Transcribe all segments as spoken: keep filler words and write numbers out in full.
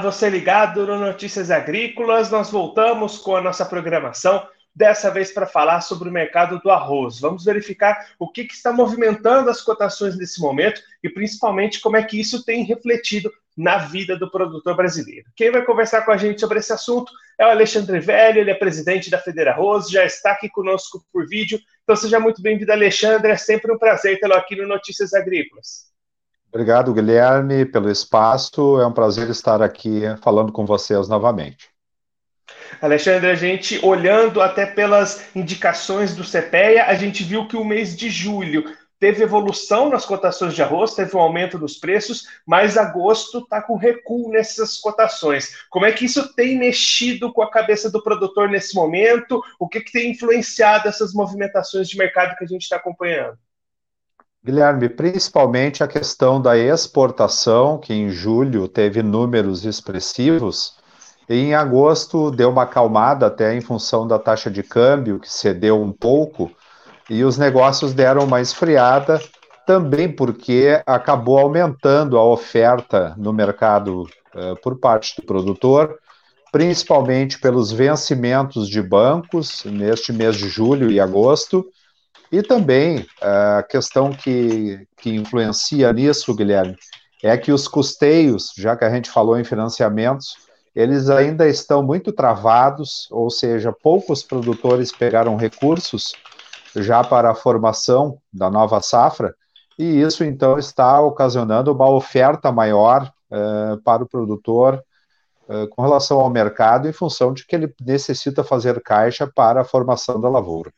você ligado no Notícias Agrícolas, nós voltamos com a nossa programação, dessa vez para falar sobre o mercado do arroz. Vamos verificar o que, que está movimentando as cotações nesse momento e principalmente como é que isso tem refletido na vida do produtor brasileiro. Quem vai conversar com a gente sobre esse assunto é o Alexandre Velho, ele é presidente da Federa Arroz, já está aqui conosco por vídeo. Então seja muito bem-vindo, Alexandre, é sempre um prazer tê-lo aqui no Notícias Agrícolas. Obrigado, Guilherme, pelo espaço. É um prazer estar aqui falando com vocês novamente. Alexandre, a gente olhando até pelas indicações do CEPEA, a gente viu que o mês de julho teve evolução nas cotações de arroz, teve um aumento nos preços, mas agosto está com recuo nessas cotações. Como é que isso tem mexido com a cabeça do produtor nesse momento? O que, que tem influenciado essas movimentações de mercado que a gente está acompanhando? Guilherme, principalmente a questão da exportação, que em julho teve números expressivos, e em agosto deu uma acalmada até em função da taxa de câmbio, que cedeu um pouco, e os negócios deram uma esfriada, também porque acabou aumentando a oferta no mercado uh, por parte do produtor, principalmente pelos vencimentos de bancos neste mês de julho e agosto. E também a questão que, que influencia nisso, Guilherme, é que os custeios, já que a gente falou em financiamentos, eles ainda estão muito travados, ou seja, poucos produtores pegaram recursos já para a formação da nova safra, e isso então está ocasionando uma oferta maior uh, para o produtor uh, com relação ao mercado, em função de que ele necessita fazer caixa para a formação da lavoura.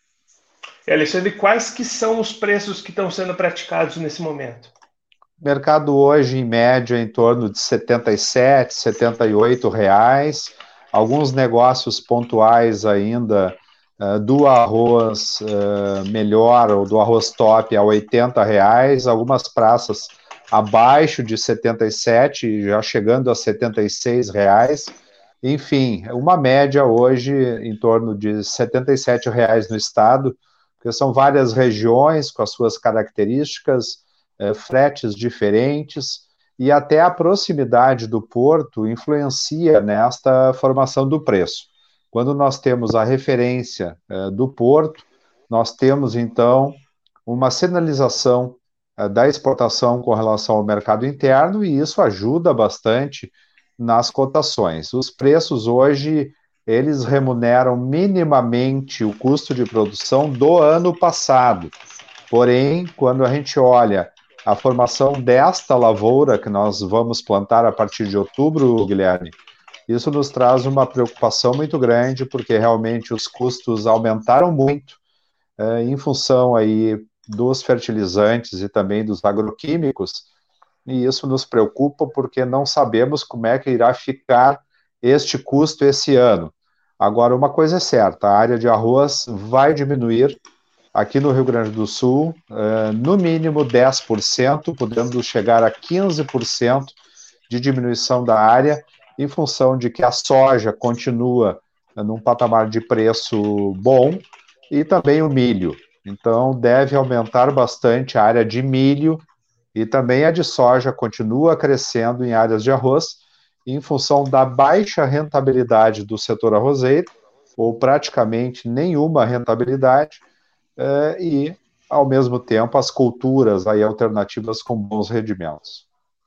Alexandre, quais que são os preços que estão sendo praticados nesse momento? Mercado hoje, em média, em torno de setenta e sete, setenta e oito reais. Alguns negócios pontuais ainda uh, do arroz uh, melhor ou do arroz top a oitenta reais. Algumas praças abaixo de setenta e sete, já chegando a setenta e seis reais. Enfim, uma média hoje em torno de setenta e sete reais no estado, porque são várias regiões com as suas características, é, fretes diferentes, e até a proximidade do porto influencia nesta formação do preço. Quando nós temos a referência é, do porto, nós temos então uma sinalização é, da exportação com relação ao mercado interno, e isso ajuda bastante nas cotações. Os preços hoje, eles remuneram minimamente o custo de produção do ano passado. Porém, quando a gente olha a formação desta lavoura que nós vamos plantar a partir de outubro, Guilherme, isso nos traz uma preocupação muito grande, porque realmente os custos aumentaram muito eh, em função aí dos fertilizantes e também dos agroquímicos, e isso nos preocupa porque não sabemos como é que irá ficar este custo esse ano. Agora, uma coisa é certa, a área de arroz vai diminuir aqui no Rio Grande do Sul, uh, no mínimo dez por cento, podendo chegar a quinze por cento de diminuição da área, em função de que a soja continua uh, num patamar de preço bom, e também o milho. Então, deve aumentar bastante a área de milho, e também a de soja continua crescendo em áreas de arroz, em função da baixa rentabilidade do setor arrozeiro, ou praticamente nenhuma rentabilidade, eh, e, ao mesmo tempo, as culturas aí alternativas com bons rendimentos.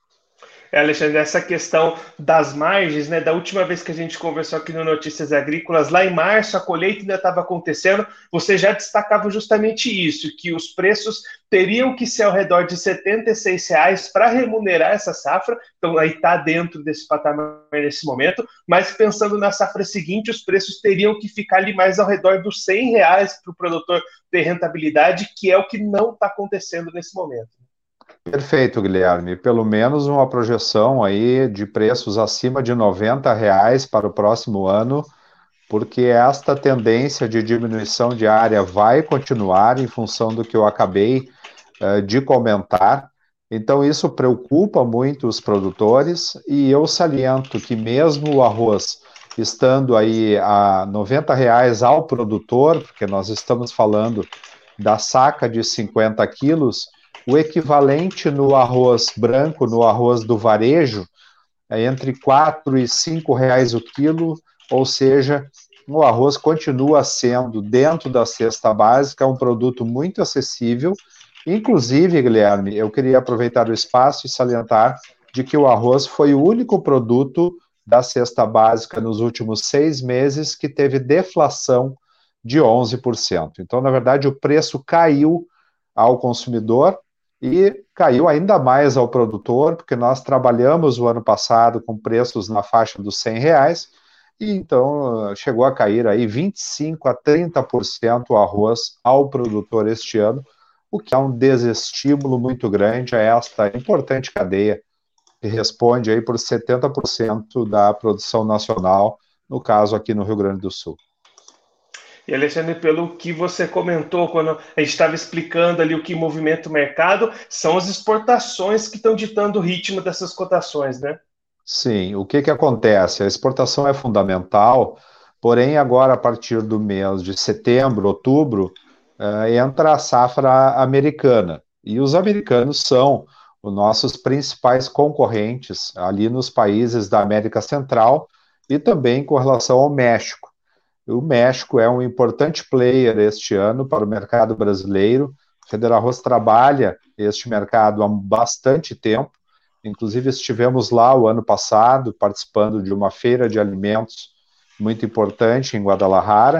É, Alexandre, essa questão das margens, né? Da última vez que a gente conversou aqui no Notícias Agrícolas, lá em março, a colheita ainda estava acontecendo, você já destacava justamente isso, que os preços teriam que ser ao redor de setenta e seis reais para remunerar essa safra, então aí está dentro desse patamar nesse momento, mas pensando na safra seguinte, os preços teriam que ficar ali mais ao redor dos cem reais para o produtor ter rentabilidade, que é o que não está acontecendo nesse momento. Perfeito, Guilherme. Pelo menos uma projeção aí de preços acima de noventa reais para o próximo ano, porque esta tendência de diminuição de área vai continuar em função do que eu acabei uh, de comentar. Então, isso preocupa muito os produtores, e eu saliento que mesmo o arroz estando aí a noventa reais ao produtor, porque nós estamos falando da saca de cinquenta quilos, o equivalente no arroz branco, no arroz do varejo, é entre quatro e cinco reais o quilo, ou seja, o arroz continua sendo, dentro da cesta básica, um produto muito acessível. Inclusive, Guilherme, eu queria aproveitar o espaço e salientar de que o arroz foi o único produto da cesta básica nos últimos seis meses que teve deflação de onze por cento. Então, na verdade, o preço caiu ao consumidor e caiu ainda mais ao produtor, porque nós trabalhamos o ano passado com preços na faixa dos cem reais, e então chegou a cair aí vinte e cinco a trinta por cento o arroz ao produtor este ano, o que é um desestímulo muito grande a esta importante cadeia, que responde aí por setenta por cento da produção nacional, no caso aqui no Rio Grande do Sul. E, Alexandre, pelo que você comentou, quando a gente estava explicando ali o que movimenta o mercado, são as exportações que estão ditando o ritmo dessas cotações, né? Sim, o que que acontece? A exportação é fundamental, porém agora a partir do mês de setembro, outubro, eh, entra a safra americana. E os americanos são os nossos principais concorrentes ali nos países da América Central e também com relação ao México. O México é um importante player este ano para o mercado brasileiro. A Federa Arroz trabalha este mercado há bastante tempo. Inclusive, estivemos lá o ano passado, participando de uma feira de alimentos muito importante em Guadalajara,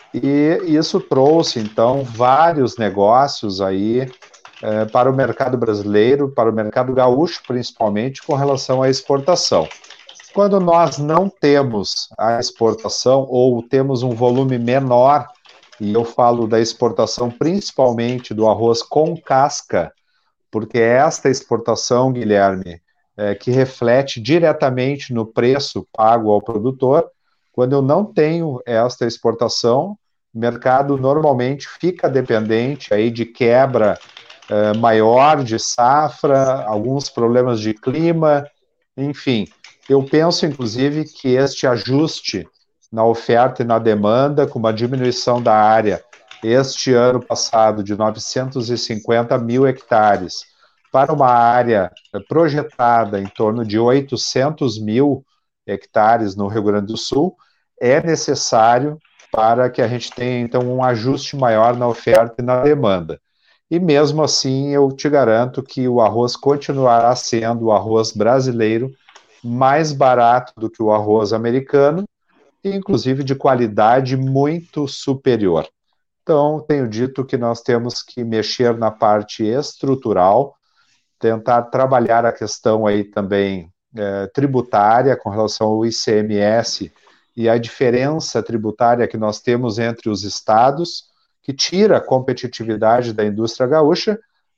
e isso trouxe, então, vários negócios aí eh, para o mercado brasileiro, para o mercado gaúcho, principalmente, com relação à exportação. Quando nós não temos a exportação ou temos um volume menor, e eu falo da exportação principalmente do arroz com casca, porque é esta exportação, Guilherme, é, que reflete diretamente no preço pago ao produtor. Quando eu não tenho esta exportação, o mercado normalmente fica dependente aí de quebra é, maior de safra, alguns problemas de clima, enfim. Eu penso, inclusive, que este ajuste na oferta e na demanda, com uma diminuição da área este ano passado de novecentos e cinquenta mil hectares para uma área projetada em torno de oitocentos mil hectares no Rio Grande do Sul, é necessário para que a gente tenha, então, um ajuste maior na oferta e na demanda. E mesmo assim, eu te garanto que o arroz continuará sendo o arroz brasileiro mais barato do que o arroz americano, e inclusive de qualidade muito superior. Então, tenho dito que nós temos que mexer na parte estrutural, tentar trabalhar a questão aí também é, tributária com relação ao I C M S e a diferença tributária que nós temos entre os estados, que tira a competitividade da indústria gaúcha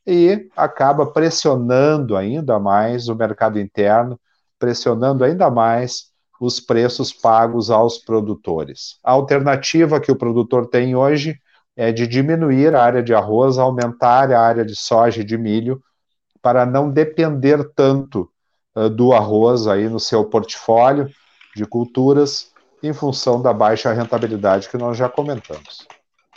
e acaba pressionando ainda mais o mercado interno, pressionando ainda mais os preços pagos aos produtores. A alternativa que o produtor tem hoje é de diminuir a área de arroz, aumentar a área de soja e de milho, para não depender tanto uh, do arroz aí no seu portfólio de culturas, em função da baixa rentabilidade que nós já comentamos.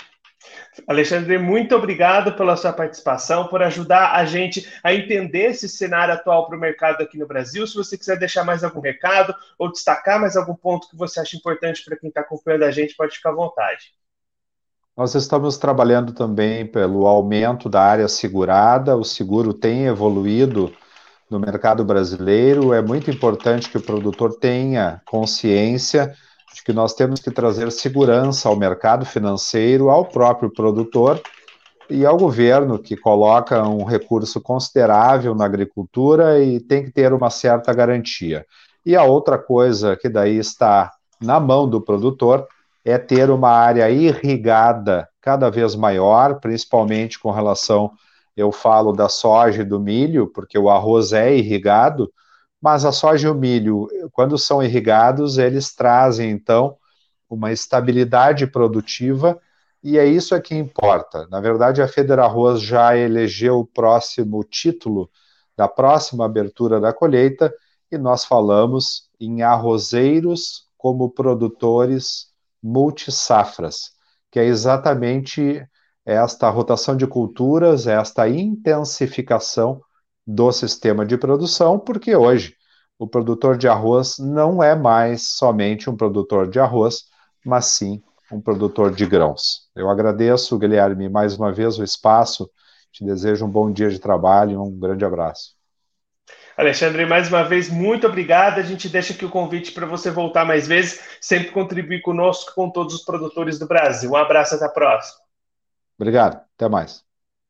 Alexandre, muito obrigado pela sua participação, por ajudar a gente a entender esse cenário atual para o mercado aqui no Brasil. Se você quiser deixar mais algum recado ou destacar mais algum ponto que você acha importante para quem está acompanhando a gente, pode ficar à vontade. Nós estamos trabalhando também pelo aumento da área segurada. O seguro tem evoluído no mercado brasileiro. É muito importante que o produtor tenha consciência de que nós temos que trazer segurança ao mercado financeiro, ao próprio produtor e ao governo, que coloca um recurso considerável na agricultura e tem que ter uma certa garantia. E a outra coisa que daí está na mão do produtor é ter uma área irrigada cada vez maior, principalmente com relação, eu falo da soja e do milho, porque o arroz é irrigado, mas a soja e o milho, quando são irrigados, eles trazem, então, uma estabilidade produtiva, e é isso que importa. Na verdade, a Federa Arroz já elegeu o próximo título da próxima abertura da colheita, e nós falamos em arrozeiros como produtores multisafras, que é exatamente esta rotação de culturas, esta intensificação do sistema de produção, porque hoje o produtor de arroz não é mais somente um produtor de arroz, mas sim um produtor de grãos. Eu agradeço, Guilherme, mais uma vez o espaço, te desejo um bom dia de trabalho e um grande abraço. Alexandre, mais uma vez, muito obrigado. A gente deixa aqui o convite para você voltar mais vezes, sempre contribuir conosco, com todos os produtores do Brasil. Um abraço, até a próxima. Obrigado, até mais.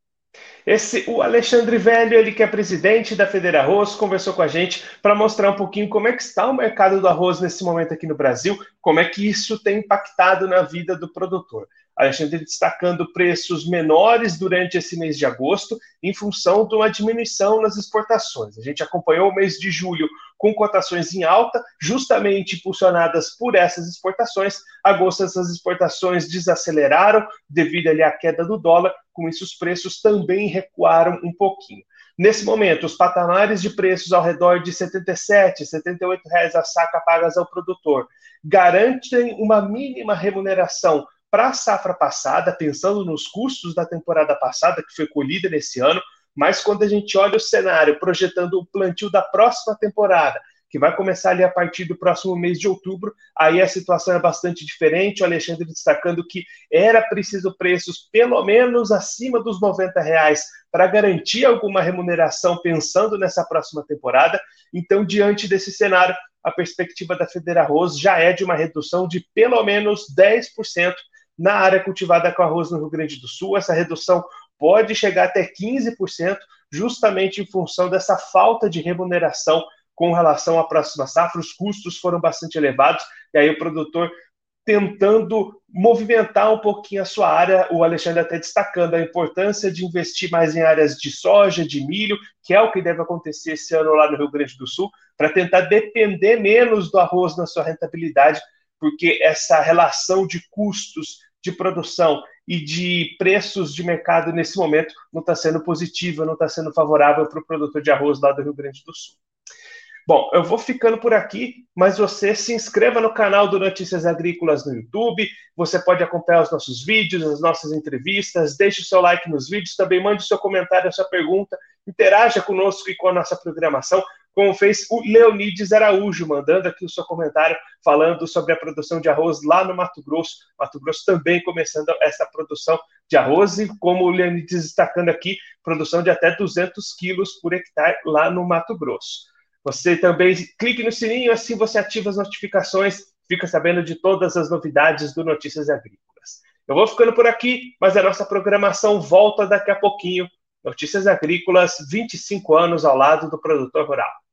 Esse, o Alexandre Velho, ele que é presidente da Federa Arroz, conversou com a gente para mostrar um pouquinho como é que está o mercado do arroz nesse momento aqui no Brasil, como é que isso tem impactado na vida do produtor. Alexandre destacando preços menores durante esse mês de agosto, em função de uma diminuição nas exportações. A gente acompanhou o mês de julho com cotações em alta, justamente impulsionadas por essas exportações. Agosto, essas exportações desaceleraram devido ali à queda do dólar, com isso os preços também recuaram um pouquinho. Nesse momento, os patamares de preços ao redor de setenta e sete, setenta e oito reais a saca pagas ao produtor garantem uma mínima remuneração para a safra passada, pensando nos custos da temporada passada, que foi colhida nesse ano, mas quando a gente olha o cenário, projetando o plantio da próxima temporada, que vai começar ali a partir do próximo mês de outubro, aí a situação é bastante diferente. O Alexandre destacando que era preciso preços pelo menos acima dos noventa reais para garantir alguma remuneração pensando nessa próxima temporada. Então, diante desse cenário, a perspectiva da Federa Arroz já é de uma redução de pelo menos dez por cento na área cultivada com arroz no Rio Grande do Sul. Essa redução pode chegar até quinze por cento, justamente em função dessa falta de remuneração com relação à próxima safra. Os custos foram bastante elevados, e aí o produtor tentando movimentar um pouquinho a sua área. O Alexandre até destacando a importância de investir mais em áreas de soja, de milho, que é o que deve acontecer esse ano lá no Rio Grande do Sul, para tentar depender menos do arroz na sua rentabilidade, porque essa relação de custos de produção e de preços de mercado nesse momento não está sendo positiva, não está sendo favorável para o produtor de arroz lá do Rio Grande do Sul. Bom, eu vou ficando por aqui, mas você se inscreva no canal do Notícias Agrícolas no YouTube, você pode acompanhar os nossos vídeos, as nossas entrevistas, deixe o seu like nos vídeos, também mande o seu comentário, a sua pergunta, interaja conosco e com a nossa programação, como fez o Leonides Araújo, mandando aqui o seu comentário, falando sobre a produção de arroz lá no Mato Grosso. Mato Grosso também começando essa produção de arroz e, como o Leonides destacando aqui, produção de até duzentos quilos por hectare lá no Mato Grosso. Você também clique no sininho, assim você ativa as notificações, fica sabendo de todas as novidades do Notícias Agrícolas. Eu vou ficando por aqui, mas a nossa programação volta daqui a pouquinho. Notícias Agrícolas, vinte e cinco anos ao lado do produtor rural.